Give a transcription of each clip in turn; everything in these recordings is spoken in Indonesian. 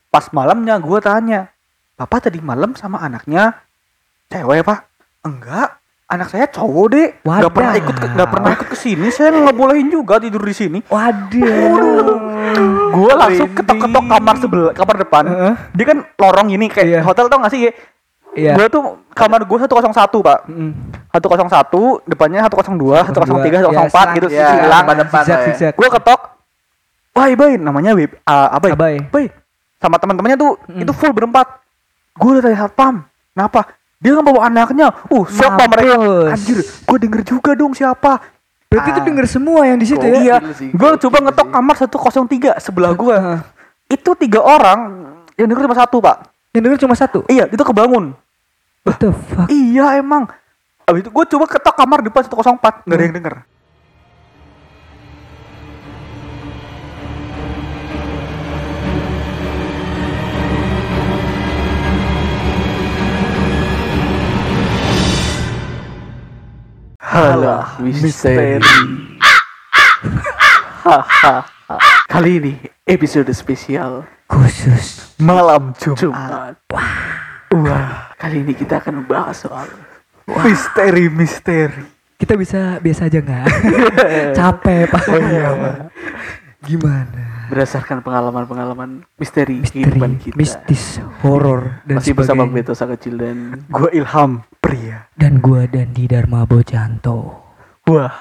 Pas malamnya gue tanya, Bapak tadi malam sama anaknya cewek Pak? Enggak, anak saya cowok deh. Gak pernah ikut ke sini. Saya nggak bolehin juga tidur di sini. Waduh. Gue langsung ketok-ketok kamar depan. Dia kan lorong gini kayak hotel, tau gak sih? Iya. Gue tuh kamar gue 101 Pak. 101, depannya 102, 103, 104 gitu silang. Zigzag. Gue ketok. Bay, namanya Abai. Bay. Sama teman-temannya tuh itu full berempat. Gue udah tanya satpam. Kenapa? Dia kan bawa anaknya. Siapa mereka? Anjir, gue denger juga dong siapa. Berarti itu denger semua yang di situ ya? Iya. Gue coba ngetok kamar 103 sebelah gue. Itu 3 orang yang denger cuma 1 Pak. Yang denger cuma 1? Iya, itu kebangun. What the fuck? Iya emang. Abis itu gue coba ketok kamar depan 104, nggak ada yang denger. Halo, misteri. Kali ini episode spesial khusus malam Jumat. Wah, kali ini kita akan membahas soal misteri. Kita bisa biasa aja nggak? Capek Pak. Gimana? Berdasarkan pengalaman misteri kehidupan kita. Mistis, horor dan masih sebagainya. bersama Beto Sang Kecil dan gue Ilham Pria. Dan gue Dandi Dharma Bojanto. Wah.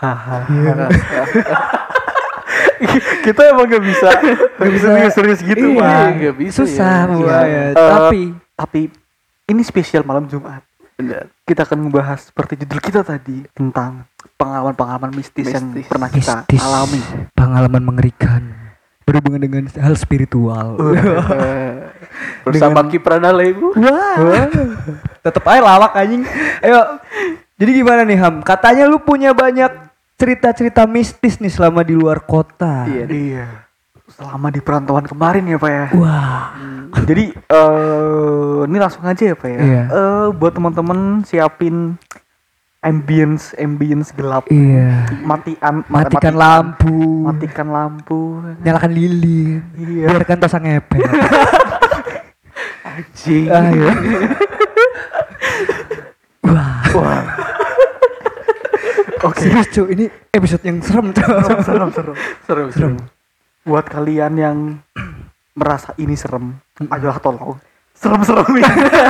Kita emang gak bisa serius gitu, Pak. Gak bisa. Susah ya. Tapi ini spesial malam Jumat. Benar. Kita akan membahas seperti judul kita tadi tentang pengalaman mistis yang pernah kita alami. Pengalaman mengerikan berhubungan dengan hal spiritual. Bersama Kipranale Ibu. Wah. Tetep aja lawak anjing. Ayo. Jadi gimana nih Ham? Katanya lu punya banyak cerita-cerita mistis nih selama di luar kota. Iya. Selama di perantauan kemarin ya Pak ya. Wah. Jadi ini langsung aja ya Pak ya. Iya. Buat teman-teman siapin ambience gelap. Iya. Matikan lampu. Nyalakan lilin. Iya. Biarkan tas ngepet. Anjing. Ayo. Wah. Oke. Serius cuy, ini episode yang serem. Serem. Buat kalian yang merasa ini serem, ayolah tolong serem-seremin.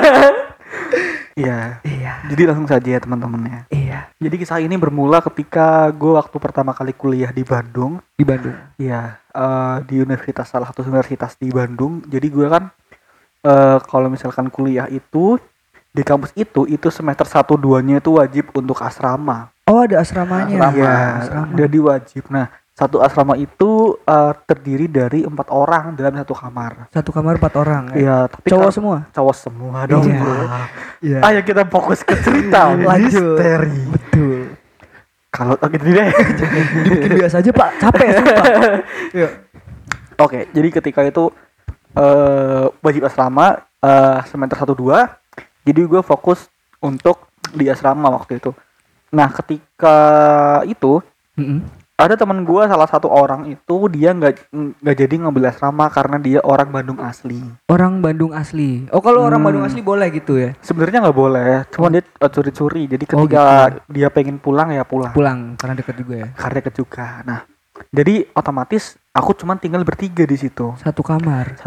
Iya. Jadi langsung saja ya teman-teman ya. Iya. Jadi kisah ini bermula ketika gue waktu pertama kali kuliah di Bandung. Iya. Di salah satu universitas di Bandung. Jadi gue kan kalau misalkan kuliah itu di kampus itu semester 1-2-nya itu wajib untuk asrama. Oh, ada asramanya. Iya. Jadi wajib. Nah, satu asrama itu terdiri dari 4 orang dalam satu kamar. Satu kamar 4 orang. Iya, tapi cowok semua. Cowok semua dong. Iya. Ayo kita fokus ke cerita misteri. Betul. Kalau gitu deh. Dibikin biasa aja Pak, capek sumpah. Iya. Oke, jadi ketika itu wajib asrama semester 1-2. Jadi gue fokus untuk di asrama waktu itu. Nah, ketika itu ada teman gue salah satu orang itu dia nggak jadi ngambil asrama karena dia orang Bandung asli. Orang Bandung asli. Oh, kalau orang Bandung asli boleh gitu ya? Sebenarnya nggak boleh, cuma dia curi-curi. Jadi ketika dia pengen pulang ya pulang. Karena dekat juga ya. Karena dekat juga. Nah, jadi otomatis aku cuma tinggal bertiga di situ. Satu kamar.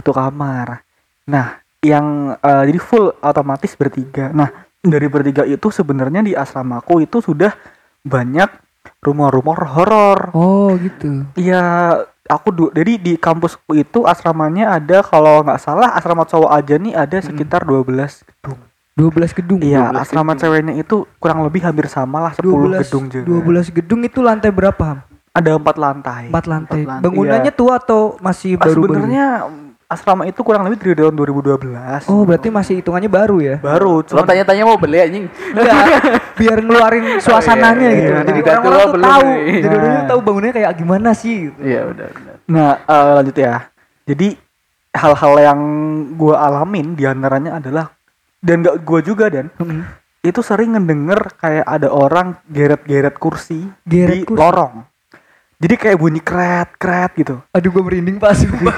Nah, yang jadi full otomatis bertiga. Nah, dari bertiga itu sebenarnya di asramaku itu sudah banyak rumor-rumor horor. Oh gitu. Iya, jadi di kampusku itu asramanya ada kalau nggak salah asrama cowok aja nih ada sekitar 12 gedung. 12 gedung. Iya, asrama ceweknya itu kurang lebih hampir sama lah 10 gedung juga. 12 gedung itu lantai berapa? Ada 4 lantai. 4 lantai. Bangunannya tua atau masih baru? Sebenarnya asrama itu kurang lebih dari tahun 2012. Oh, berarti masih hitungannya baru ya? Baru. Cuma tanya-tanya mau beli anjing. Enggak, biar ngeluarin suasananya gitu. Iya. Jadi Udah orang-orang tua tuh belum tahu. nih? Jadi orang tahu bangunannya kayak gimana sih gitu. Iya, udah. Nah, lanjut ya. Jadi hal-hal yang gue alamin diantaranya adalah dan gak gue juga itu sering ngedenger kayak ada orang geret-geret kursi di lorong. Jadi kayak bunyi kret gitu. Aduh gue merinding Pak, sumpah.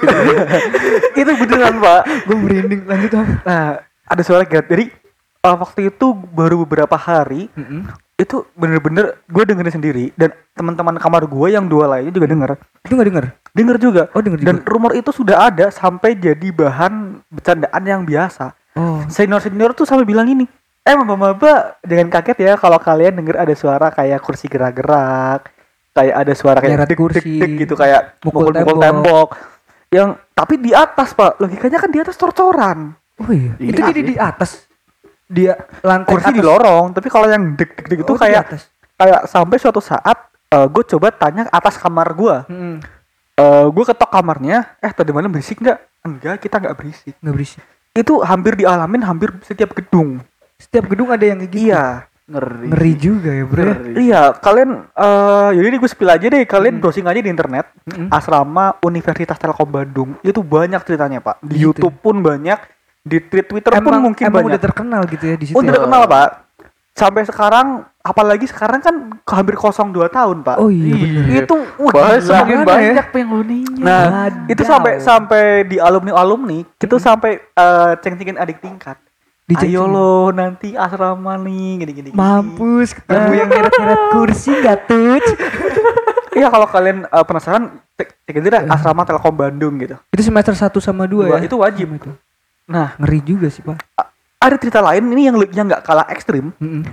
Itu beneran Pak. Gue merinding, lanjut Ham. Nah ada suara kret. Jadi waktu itu baru beberapa hari itu bener-bener gue dengerin sendiri dan teman-teman kamar gue yang 2 lainnya juga Itu gak denger? denger juga. Oh denger juga. Dan rumor itu sudah ada sampai jadi bahan bercandaan yang biasa. Oh. Senior tuh sampai bilang ini, maba-maba jangan kaget ya kalau kalian denger ada suara kayak kursi gerak-gerak, kayak ada suara kayak Nyeret kursi, dek gitu, kayak mukul-mukul tembok. Yang tapi di atas Pak, logikanya kan di atas cor-coran. Oh iya. Iya Itu jadi sih. di atas. Dia lantai Kursi atas. di lorong, tapi kalau yang dek itu Oh, di kayak atas. kayak sampai suatu saat gue coba tanya ke atas kamar gue. Gue ketok kamarnya, tadi malam berisik nggak? Enggak, kita nggak berisik. Nggak berisik. Itu hampir dialamin hampir setiap gedung. Setiap gedung ada yang kayak gitu. Iya, Ngeri juga ya bro. Ngeri. iya. Kalian, jadi ini gue spill aja deh. Kalian browsing aja di internet. Asrama Universitas Telkom Bandung itu banyak ceritanya Pak. Di Gitu. YouTube pun banyak, di Twitter pun mungkin emang banyak. udah terkenal gitu ya di situ. Oh, ya? udah terkenal Pak. Sampai sekarang, apalagi sekarang kan hampir kosong 2 tahun Pak. Oh iya bener. Itu Wah, gila. semakin Gimana banyak penghuninya. Nah, Wadaw. itu sampai di alumni kita sampai ceng-cengin adik tingkat. Diceng-cengin. Ayo lo nanti asrama nih gini. Mampus ketemu yang nyeret-nyeret kursi gak tuh? Iya kalau kalian penasaran cek aja deh asrama Telkom Bandung gitu. Itu semester 1 sama 2 ya? Itu wajib. Itu. Nah, Ngeri juga sih Pak. ada cerita lain ini yang nggak kalah ekstrim.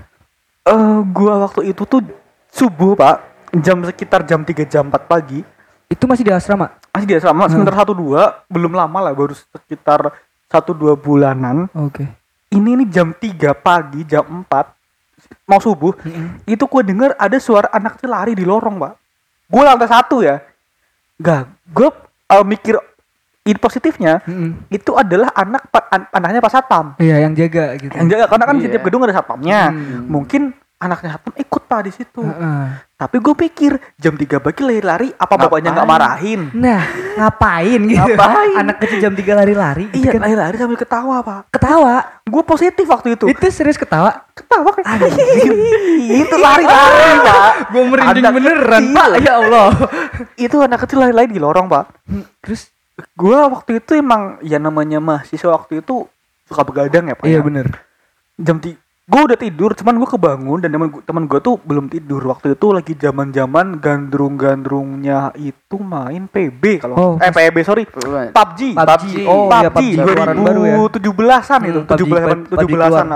Gua waktu itu tuh subuh Pak, sekitar jam 3 jam 4 pagi. Itu masih di asrama? Masih di asrama semester 1-2, belum lama lah, baru sekitar 1-2 bulanan. Oke. Ini jam 3 pagi, jam 4 mau subuh. Itu gue denger ada suara anak kecil lari di lorong Pak. Gue lantai 1 ya. Gue mikir ini positifnya itu adalah anaknya Pak Satpam. Iya yang jaga gitu. Yang jaga karena kan Iya. setiap gedung ada satpamnya. Mungkin anaknya satpam ikut Pak di situ. Tapi gue pikir jam 3 pagi lari-lari apa bapaknya nggak marahin? Nah ngapain gitu? Ngapain? Anak kecil jam 3 lari-lari gitu Iya, kan. lari-lari sambil ketawa Pak. Ketawa. Gue positif waktu itu. Itu serius ketawa? Ketawa kan? Itu lari-lari Pak. Gue merinding Anak beneran kecil. Pak. Ya Allah. Itu anak kecil lari-lari di lorong Pak. Terus? Gue waktu itu emang ya namanya mahasiswa waktu itu suka begadang ya Pak. Iya ya. bener. Gue udah tidur, cuman gue kebangun dan teman gue tuh belum tidur. Waktu itu lagi zaman gandrung-gandrungnya itu main PB kalau PB sorry, PUBG. Oh, iya, PUBG PUBG keluaran baru ya. 2017-an itu, 17-an.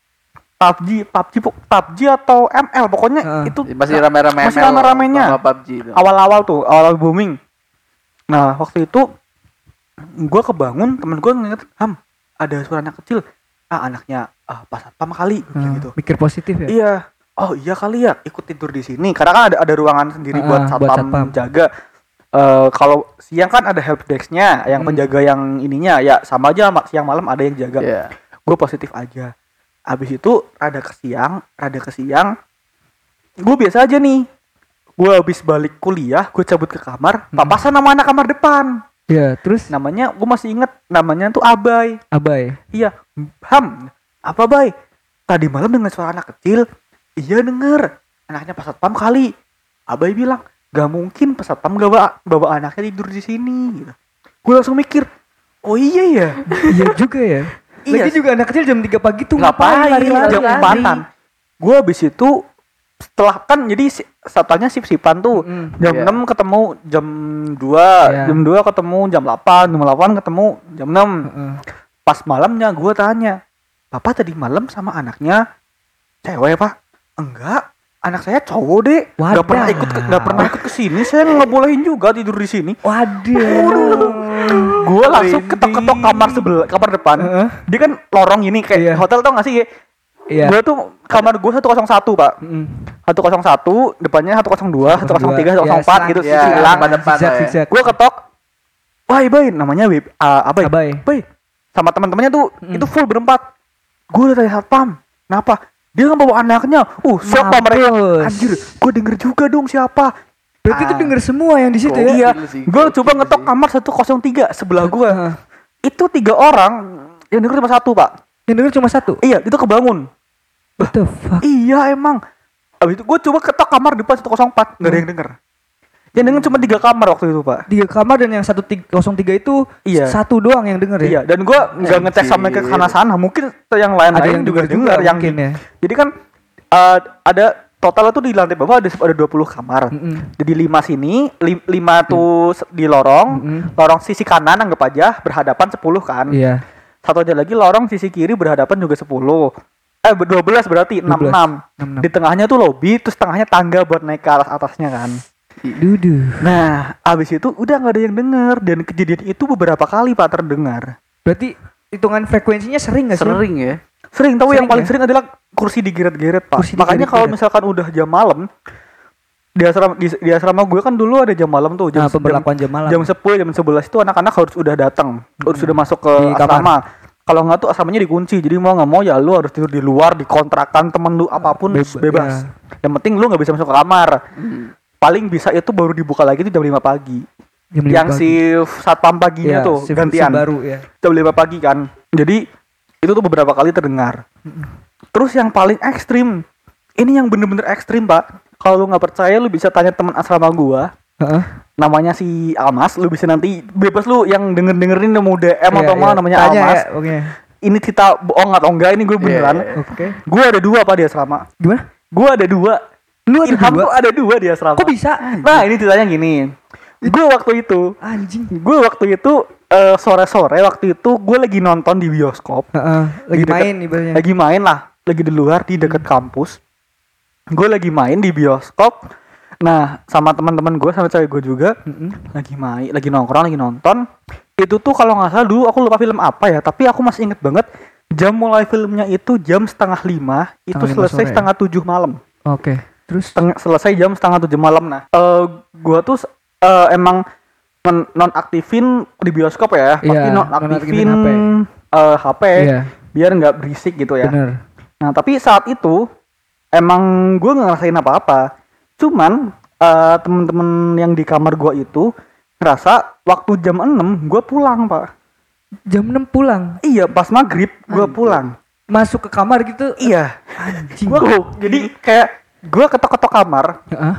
PUBG atau ML pokoknya itu Masih rame-rame masih rame-ramenya. sama PUBG itu. Awal booming. Nah, waktu itu gue kebangun, temen gue nginget, ada suara anak kecil. Anaknya Pak Satpam kali gitu. Mikir positif ya? Iya. Oh iya kali ya, ikut tidur di sini. Karena kan ada ruangan sendiri buat satpam jaga. Kalau siang kan ada help desk-nya, yang penjaga yang ininya ya sama aja siang malam ada yang jaga. Iya. Gue positif aja. Abis itu rada ke siang. Gue biasa aja nih. Gue habis balik kuliah, gue cabut ke kamar, papasan sama anak kamar depan. Iya, terus? Namanya gue masih inget, namanya tuh Abai. Abai. Iya, apa Bay? Tadi malam dengar suara anak kecil. Iya denger, anaknya Pak Satpam kali. Abai bilang, gak mungkin Pak Satpam bawa anaknya tidur di sini. Gitu. Gue langsung mikir, oh iya ya. Iya juga ya. Iya. Lagi juga anak kecil jam 3 pagi tuh Ngapain lari-lari. jam 4-an. Gue habis itu setelah kan jadi satpamnya sip-sipan tuh. Jam 6 ketemu jam 2, jam 2 ketemu jam 8 ketemu jam 6. Pas malamnya gue tanya, Bapak tadi malam sama anaknya cewek Pak? Enggak, anak saya cowok deh. Gak pernah ikut ke sini. Saya nggak bolehin juga tidur di sini. Waduh. Gue langsung ketok-ketok kamar depan. Dia kan lorong gini kayak hotel tau gak sih? Iya. Gue tuh kamar gue 101 Pak. 101, depannya 102, 103, 104 gitu. Silang. Gue ketok. Wah, Bay, namanya Abai. Bay. Sama teman-temannya tuh itu full berempat. Gue udah tanya satpam. Kenapa? Dia nggak bawa anaknya. Shock Pak mereka. Anjir, gue denger juga dong siapa. Berarti itu denger semua yang di situ ya? Iya. Gue coba ngetok kamar 103 sebelah gue. Itu 3 orang yang denger cuma 1 Pak. Yang denger cuma 1? Iya, itu kebangun. What the fuck? Iya emang. Abis itu gue coba ketok kamar depan 104, nggak ada yang denger. Yang denger cuma 3 kamar waktu itu, Pak. 3 kamar dan yang 103 itu Iya. satu doang yang denger ya. Iya, dan gua nggak ngecek sampai ke sana-sana. Mungkin yang lain Ada yang juga denger dengar yang mungkin ya. Jadi kan ada total itu di lantai bawah ada 20 kamar. Jadi 5 sini, 5 tuh di lorong. Lorong sisi kanan anggap aja berhadapan 10 kan. Iya. Satu aja lagi lorong sisi kiri berhadapan juga 10. 12 berarti 66. 66. Di tengahnya tuh lobby, terus tengahnya tangga buat naik ke atasnya kan. Duduh. Nah, abis itu udah nggak ada yang denger dan kejadian itu beberapa kali Pak terdengar. Berarti hitungan frekuensinya sering gak sih? Sering ya. Sering, tahu yang Sering paling ya? sering adalah kursi digeret-geret Pak. Kursi Makanya kalau digeret-geret. misalkan udah jam malam di asrama gue kan dulu ada jam malam tuh Nah, pemberlakuan jam malam. jam 10 jam 11 itu anak-anak harus udah datang, harus sudah masuk ke Di kamar. asrama. Kalau nggak tuh asramanya dikunci, jadi mau nggak mau ya lu harus tidur di luar, di kontrakan temen lu apapun bebas. Yang penting lu nggak bisa masuk ke kamar. Paling bisa itu baru dibuka lagi itu jam 5 pagi. Jam 5 Yang pagi. shift satpam paginya Iya, tuh shift gantian. baru ya. Jam 5 pagi kan. Jadi itu tuh beberapa kali terdengar. Terus yang paling ekstrim, ini yang bener-bener ekstrim Pak. Kalau lu nggak percaya lu bisa tanya teman asrama gua. Heeh. Namanya si Almas, lu bisa nanti bebas lu yang dengerin mau DM Iya, atau mau iya. namanya Tanya Almas. ya, oke. Ini kita bohong atau enggak ini gue beneran. Oke. Gue ada 2 Pak di asrama. Gimana? Gue ada 2. Lu ada Ilham 2? tuh ada 2 di asrama. Kok bisa? Nah ini ceritanya gini. Gue waktu itu Anjing. sore-sore waktu itu gue lagi nonton di bioskop. Heeh. Lagi Di dekat- main ibaratnya. Lagi main lah, lagi di luar di dekat kampus. Gue lagi main di bioskop. Nah, sama teman-teman gue sama cewek gue juga lagi main, lagi nongkrong, lagi nonton. Itu tuh kalau nggak salah dulu aku lupa film apa ya, tapi aku masih inget banget jam mulai filmnya itu jam 4:30, itu 5 selesai sore. 6:30 malam. Oke. Terus Selesai jam 6:30 malam. Nah, gue tuh emang nonaktifin di bioskop ya, pasti Iya, nonaktifin nonaktifin HP Iya. biar nggak berisik gitu ya. bener. Nah tapi saat itu emang gue nggak ngerasain apa-apa. Cuman temen-temen yang di kamar gue itu ngerasa waktu jam 6 gue pulang Pak. Jam 6 pulang. Iya pas maghrib gue pulang. Masuk ke kamar gitu. Iya. Anjing. Jadi kayak gue ketok-ketok kamar, Heeh.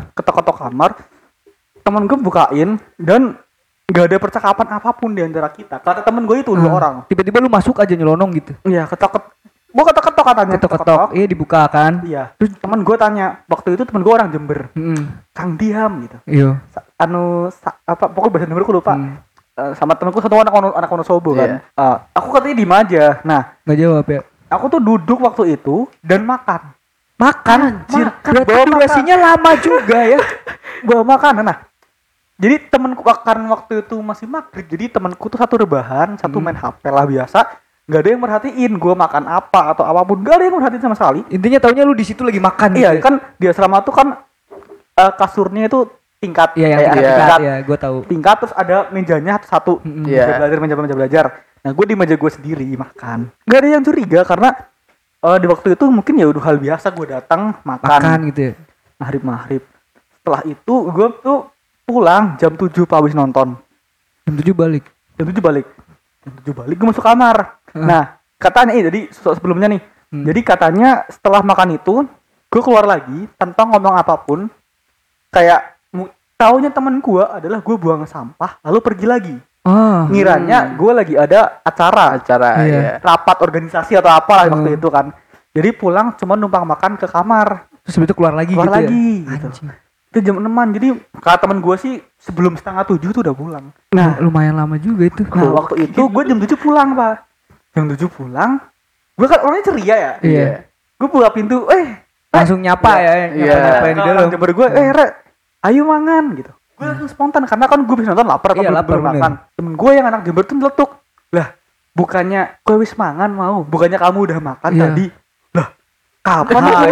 temen gue bukain dan nggak ada percakapan apapun di antara kita. Kata temen gue itu 2 orang. Tiba-tiba lu masuk aja nyelonong gitu. Iya gue ketok-ketok katanya. Ketok-ketok. Iya dibuka kan. Iya. Terus temen gue tanya, waktu itu temen gue orang Jember. Kang diam gitu. Iya. Pokoknya bahasa Jember aku lupa. Sama temenku satu anak Wonosobo kan. Iya. Aku katanya diem aja. Nah, Nggak jawab ya. aku tuh duduk waktu itu dan makan. Anjir. Makan. Berarti Bawa durasinya lama juga ya. Bawa makanan. Nah, jadi temenku karena waktu itu masih maghrib. Jadi temenku tuh satu rebahan, satu main HP lah biasa. Gak ada yang merhatiin gue makan apa atau apapun. Gak ada yang merhatiin sama sekali. Intinya taunya lu di situ lagi makan Iya gitu. kan di asrama tuh kan kasurnya itu tingkat. Iya yang kayak tingkat. Iya, gua tahu. tingkat terus ada mejanya satu Iya. meja belajar. Nah gue di meja gue sendiri makan. Gak ada yang curiga karena di waktu itu mungkin ya udah hal biasa gue datang Makan gitu ya. maghrib. Setelah itu gue tuh pulang jam 7 Pak habis nonton. Jam 7 balik. Jam 7 balik gue masuk kamar. Nah katanya jadi sebelumnya nih. Jadi katanya setelah makan itu gue keluar lagi tanpa ngomong apapun. Kayak taunya temen gue adalah gue buang sampah lalu pergi lagi. Ngiranya gue lagi ada acara Iya. Ya. rapat organisasi atau apa lah waktu itu kan. Jadi pulang cuma numpang makan ke kamar. Terus habis itu keluar lagi Keluar gitu lagi ya. gitu. Anjing. Itu jam 6-an. Jadi kata temen gue sih sebelum 6:30 tuh udah pulang. Nah, Lumayan lama juga itu. waktu itu gue jam 7 pulang Pak. Jam 7 pulang. Gue kan orangnya ceria ya. Iya. Gue buka pintu, Langsung nyapa ya. Iya. Nyapa-nyapain di dalam. Jember gue, Re, ayo mangan gitu. Gue langsung spontan karena kan gue bisa nonton lapar Iya, lapar, bener. makan. Temen gue yang anak Jember tuh nyeletuk. Lah, bukannya gue wis mangan mau, bukannya kamu udah makan Iya. tadi. Lah, kapan Ayo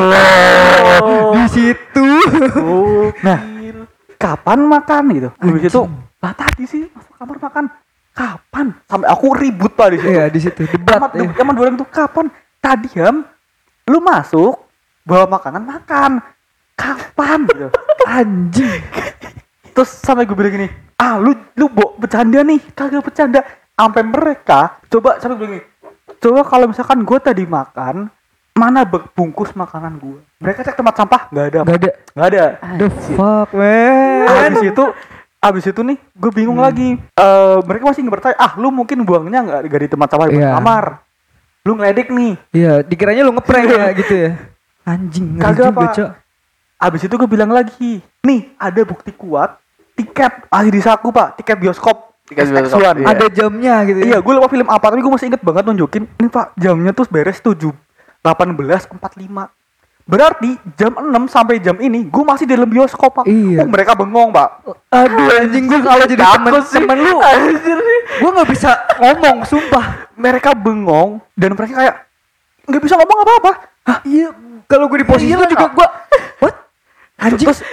makan? di situ. Nah, kapan makan gitu? Habis itu, lah tadi sih masuk kamar makan. Kapan? Sampai aku ribut Pak di situ. Iya di situ debat. Emang dua orang tuh kapan? Tadi lu masuk bawa makanan makan. Kapan gitu? Anjing. Terus sampai gue bilang gini, lu bercanda nih, kagak bercanda. Sampai mereka sampai bilang gini, coba kalau misalkan gue tadi makan, mana bungkus makanan gue. Mereka cek tempat sampah, nggak ada. Gak ada. Nggak ada. The fuck man. Abis itu nih, gue bingung lagi. Mereka masih nggak bertanya, lu mungkin buangnya nggak di tempat sampah di Iya. kamar. Lu ngeledek nih. Iya, dikiranya lu ngeprank ya gitu ya. Anjing, ngeri Kagak, juga, Pak. Cok. Abis itu gue bilang lagi, nih ada bukti kuat, tiket masih di saku pak, tiket bioskop, Tiket bioskop, SX1. iya. Ada jamnya gitu ya. Iya, gue lupa film apa, tapi gue masih inget banget nunjukin, ini pak jamnya tuh beres 18.45. Berarti jam 6 sampai jam ini gue masih di dalam bioskop pak. Iya. Mereka bengong pak. Aduh anjing, gue kalau jadi temen lu, gue nggak bisa ngomong, sumpah. Mereka bengong dan mereka kayak nggak bisa ngomong apa-apa. Hah? Iya, kalau gue di posisi lu juga gue, what? Anjing. Terus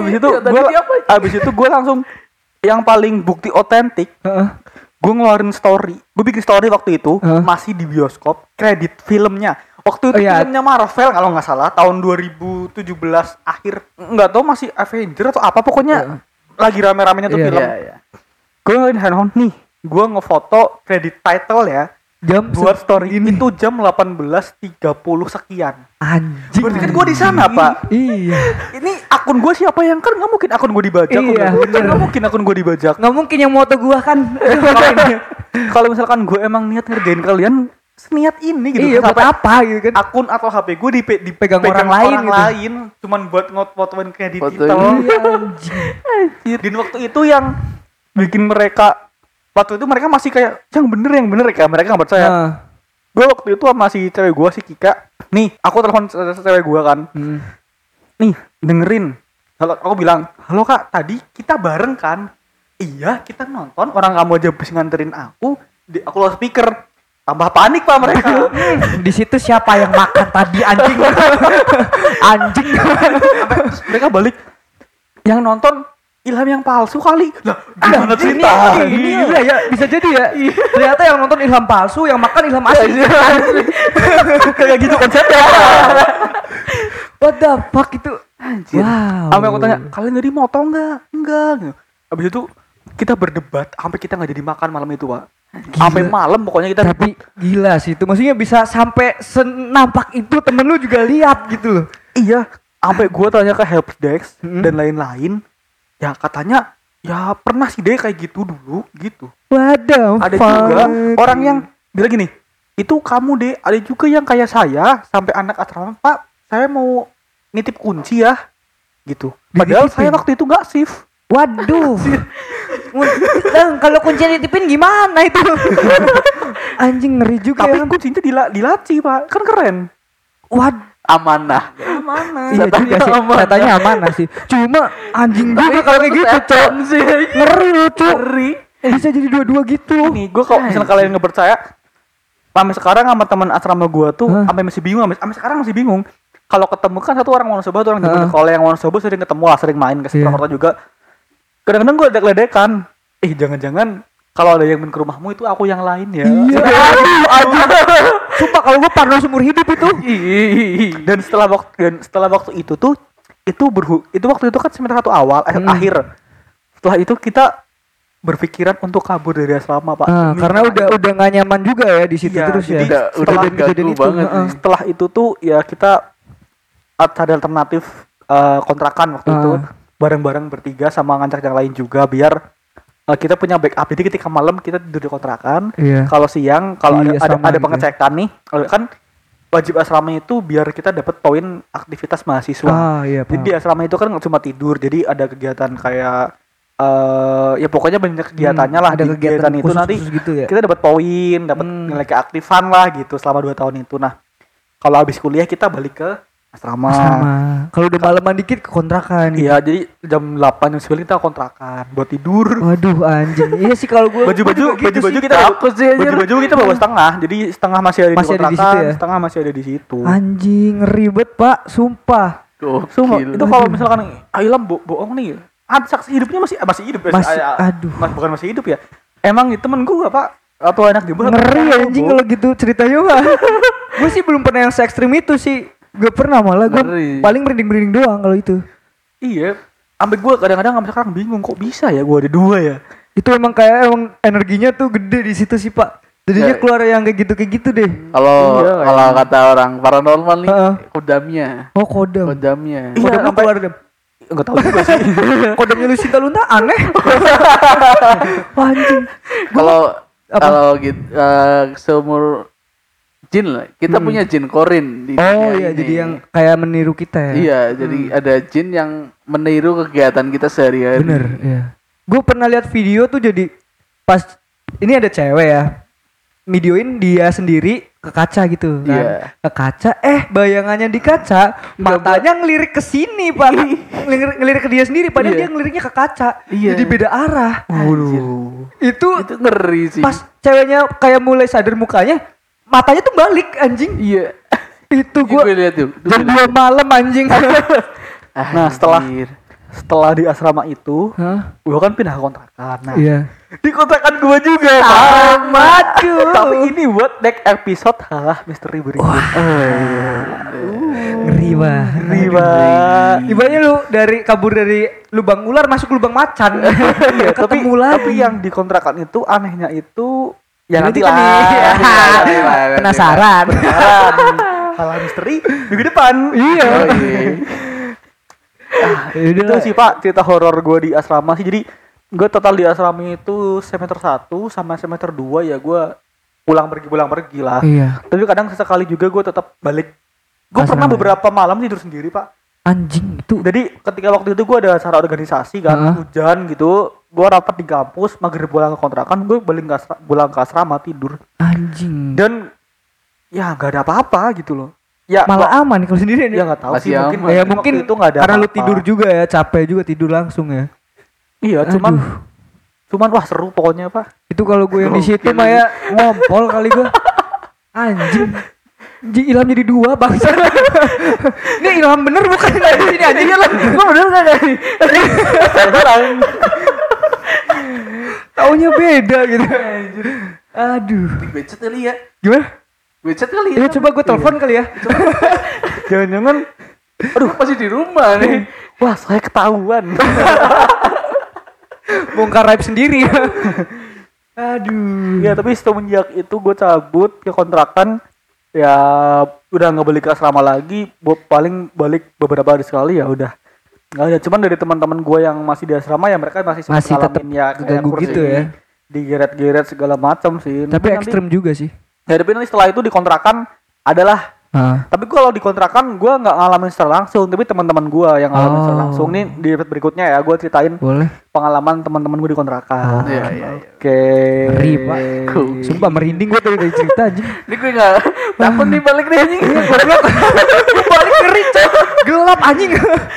abis itu gue langsung yang paling bukti otentik, Heeh. gue ngeluarin story. Gue bikin story waktu itu masih di bioskop, kredit filmnya. Waktu itu Oh, iya. filmnya Marvel kalau nggak salah tahun 2017 akhir. Nggak tahu masih Avenger atau apa, pokoknya lagi rame-ramenya tuh Iya, film. Iya. Gue ngeliatin handphone nih, gue ngefoto kredit title ya. Jam Buat story segini. itu jam 18.30 sekian. Anjing. Berarti kan gue di sana pak. Iya. Ini akun gue siapa yang kan nggak mungkin akun gue dibajak. Iya, udah. bener. Nggak mungkin akun gue dibajak. Nggak mungkin yang moto gua kan. Kalau misalkan gue emang niat ngerjain kalian seniat ini gitu. Iya, buat Sampai apa gitu kan? akun atau HP gue Pegang orang lain gitu. cuman buat fotoin kredit Fotoin. title. Iya, anjing. Dan waktu itu yang bikin mereka waktu itu mereka masih kayak yang bener kayak mereka nggak percaya. Nah. Gue waktu itu sama si cewek gue si Kika. Nih, aku telepon cewek gue kan. Nih, dengerin. Kalau aku bilang, halo kak, tadi kita bareng kan? Iya, kita nonton. Orang kamu aja habis nganterin aku. Aku loudspeaker. Tambah panik pak mereka. Di situ siapa yang makan tadi anjing? Anjing. Terus mereka balik. Yang nonton Ilham yang palsu kali. Lah, gimana cerita? Ini iya ya, bisa jadi ya. Ternyata yang nonton Ilham palsu, yang makan Ilham asli. Kayak gitu konsepnya. What the fuck itu? Anjir. Wow. Sampai aku tanya, kalian jadi motong nggak? Enggak. Habis itu kita berdebat sampai kita nggak jadi makan malam itu pak. Sampai malam pokoknya kita. Tapi gila sih itu, maksudnya bisa sampai senampak itu, temen lu juga lihat gitu loh. Iya, sampai gua tanya ke helpdesk dan lain-lain. Ya katanya ya pernah sih deh kayak gitu dulu gitu. Waduh. Ada juga orang yang bilang gini, itu kamu deh, ada juga yang kayak saya sampai anak asrama, Pak, saya mau nitip kunci ya gitu. Padahal Dititipin? saya waktu itu nggak shift. Waduh. Bang, kalau kunci dititipin gimana itu? Anjing, ngeri juga Tapi ya. kuncinya dilaci Pak, kan keren. Waduh. Amanah. Mana? Iya juga sih, katanya amanah sih. Cuma anjing juga kalau kayak gitu, Cok. Ngeri lu, Cok. Bisa jadi dua-dua gitu. Nih, gue kalau misalnya kalian nggak percaya, sampai sekarang sama teman asrama gue tuh sampai masih bingung, sampai sekarang masih bingung. Kalau ketemu kan satu orang Wonosobo, satu orang Jember. Kalau yang Wonosobo sering ketemu lah, sering main ke Purwokerto juga. Kadang-kadang gue ledek-ledekan. Jangan-jangan kalau ada yang main ke rumahmu itu aku yang lain ya. Iya. Sumpah kalau gue parno seumur hidup itu. Dan setelah waktu itu tuh itu waktu itu kan semester 1 awal akhir. Setelah itu kita berpikiran untuk kabur dari asrama Pak. Karena udah gak nyaman juga ya di situ Iya, terus jadi ya. udah kejadian ganggu banget nih. Setelah itu tuh ya kita ada alternatif kontrakan waktu itu bareng-bareng bertiga sama ngajak yang lain juga biar kita punya backup. Jadi ketika malam kita tidur di kontrakan. Iya. Kalau siang kalau Iya, ada sama gitu. pengecekan nih, kan wajib asrama itu biar kita dapat poin aktivitas mahasiswa. Iya, Jadi di asrama itu kan nggak cuma tidur, jadi ada kegiatan kayak ya pokoknya banyak kegiatannya lah. Ada Di kegiatan itu nanti khusus gitu ya. kita dapat poin, dapat nilai keaktifan lah gitu selama 2 tahun itu. Nah, kalau habis kuliah kita balik ke asrama. Kalau udah malaman dikit ke kontrakan. Iya, jadi jam 8 jam 9 kita kontrakan buat tidur. Waduh anjing. Iya sih kalau gue Baju-baju kita bawa setengah. Jadi setengah masih ada Masih di ada di kontrakan, situ ya? setengah masih ada di situ. Anjing, ribet Pak, sumpah. Sumpah, itu kalau misalkan Ilham bohong nih, saksi hidupnya masih hidup ya? Aduh. Bukan masih hidup ya? Emang temen gua Pak atau anak Jember? Ngeri anjing kalau gitu ceritanya mah. Gue sih belum pernah yang se ekstrim itu sih. Gak pernah, malah gue Ngeri. paling merinding-merinding doang kalau itu. Iya, sampai gua kadang-kadang sampai sekarang bingung kok bisa ya gua ada 2 ya. Itu emang kayak energinya tuh gede di situ sih Pak. Jadinya Ya. keluar yang kayak gitu deh. Kalau Iya, kalau kata orang paranormal nih, Heeh. kodamnya. Oh kodam. Kodamnya. Iya, Kodam lu sampai- keluar deh. Enggak tahu juga sih. Kodamnya Lucinta Luna aneh. Wah, anjing. Kalau Apa? kalau gitu seumur jin lah. Kita punya jin korin di Oh dunia iya, ini. jadi yang kayak meniru kita ya. Iya, jadi ada jin yang meniru kegiatan kita sehari-hari. Bener, iya. Gue pernah lihat video tuh jadi pas ini ada cewek ya, videoin dia sendiri ke kaca gitu kan. Iya. Ke kaca, bayangannya di kaca, matanya ngelirik ke sini pak, ngelirik ke dia sendiri, padahal Iya. dia ngeliriknya ke kaca. Iya. Jadi beda arah. Waduh. Itu Itu ngeri sih. pas ceweknya kayak mulai sadar mukanya, matanya tuh balik anjing. Iya. Itu Gue gue lihat tuh. jam 2 malam anjing. Nah, setelah di asrama itu, Hah? gua kan pindah kontrakan. Nah, Iya. di kontrakan gua juga. Amat Tapi ini buat next episode halah misteri berikut. Ngeri banget. Ngeri banget. Ibaratnya lu dari kabur dari lubang ular masuk lubang macan. Iya, tapi ketemu lagi. tapi yang di kontrakan itu anehnya itu ya Nanti nanti lah. kan nih. Penasaran. Halah misteri minggu depan. Iya. Oh, iya. Itu sih Pak cerita horor gue di asrama sih. Jadi gue total di asrama itu semester 1 sama semester 2 ya gue pulang pergi lah. Iya. Tapi kadang sesekali juga gue tetap balik. Gue pernah Asrama. beberapa malam tidur sendiri Pak. Anjing itu. Jadi ketika waktu itu gue ada acara organisasi kan, Heeh. hujan gitu, gue rapat di kampus, maghrib pulang ke kontrakan, gue pulang ke asrama tidur, Anjing. dan ya nggak ada apa-apa gitu loh. Ya Malah aman kalau sendiri ya nggak tahu Masih sih mungkin aman. Ya waktu mungkin itu nggak ada karena lu apa-apa. tidur juga ya, capek juga tidur langsung ya. Iya, cuman wah seru pokoknya Pak. Itu kalau gue yang di situ Oke, mah ya ngompol kali gue. Anjing. Ilham jadi 2 bangsa. Ini Ilham bener bukan dari sini anjingnya lah. Gue bener gak nih? Taunya beda gitu. Aduh. Di becet kali ya. Gimana? Becet kali Ya ya. coba gue telepon kali ya. Jangan-jangan, Aduh, masih di rumah nih. wah saya ketahuan. Bongkar raib sendiri ya. Aduh. Ya tapi semenjak itu gue cabut ke kontrakan, ya udah nggak balik ke asrama lagi. Paling balik beberapa hari sekali ya udah. Nggak ada. Cuman dari teman-teman gue yang masih di asrama ya mereka masih sempat Masih tetap ngalamin ya kayak keganggu kursi, gitu ya. digeret-geret segala macam sih. Tapi Nanti- ekstrem juga sih. Ya tapi nanti setelah itu di kontrakan adalah. Tapi kalau di kontrakan gue nggak ngalamin secara langsung, tapi teman-teman gue yang ngalamin secara Oh. langsung. Nih di episode berikutnya ya gue ceritain Boleh. pengalaman teman-teman gue di kontrakan. Iya, iya, iya. Oke. Ngeri, Pak. Sumpah merinding gue dari cerita anjing. Ini gue nggak takut nih balik nih anjing. Balik ngeri coy. Gelap anjing.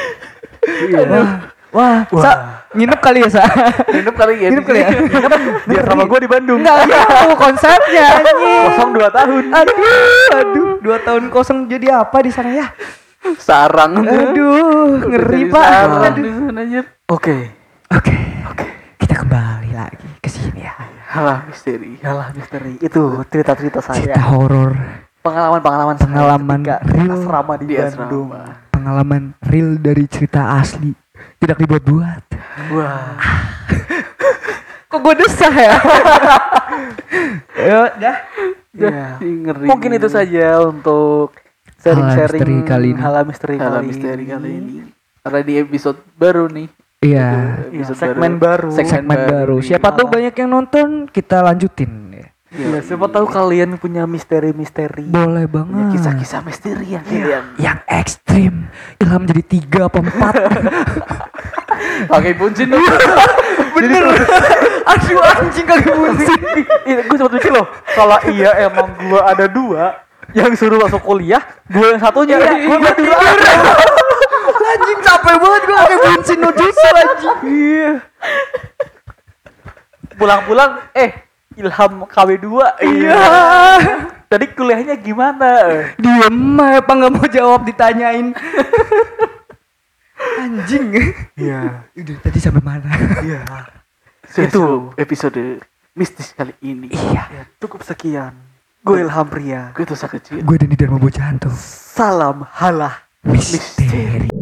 Wah, Sa, nginep kali ya, Sa? Hidup kali ya. Nginep kali ya? Dia sama gue di Bandung. Enggak gitu konsepnya anjing. Kosong 2 tahun. Aduh, 2 tahun kosong jadi apa di sana ya? Sarang. Aduh, ngeri Jadi Pak. sarang Aduh. di sana aja. Oke. Oke. Kita kembali lagi ke sini ya. Halah misteri. Yalah misteri. Itu cerita-cerita Cerita saya. horor, Pengalaman saya Pengalaman ketika real asrama di Di Bandung. asrama. pengalaman real dari cerita asli. Tidak dibuat-buat. Wah. Kok gue desah ya? Ayo, dah. Ya. Ngeri. Mungkin itu saja untuk sharing-sharing misteri kali ini. Hal misteri Halah kali misteri kali ini. Karena di episode baru nih. Iya. Episode segmen baru. Segmen baru. Siapa tahu banyak yang nonton, kita lanjutin. Ya. Iya, siapa tahu kalian punya misteri-misteri. Boleh Punya banget. kisah-kisah misteri yang kalian Yang ekstrim. Ilham jadi 3 apa 4. pakai buncin dulu. Bener. Aduh anjing kagak buncin. Gue sempat mikir loh, kalau iya emang gue ada 2 yang suruh masuk kuliah, gue yang satunya. Gue gak tidur. Anjing capek banget gue pakai buncin no jutsu anjing. Iya. Pulang-pulang, Ilham KW2. Iya. Tadi kuliahnya gimana? Diem apa nggak mau jawab ditanyain. Anjing. Iya. Udah tadi sampai mana? Iya. Itu episode mistis kali ini. Iya. Ya, cukup sekian. Gue Ilham Pria. Gue tuh kecil. Gue Dani Dharma Bojanto. Salam halah. Misteri.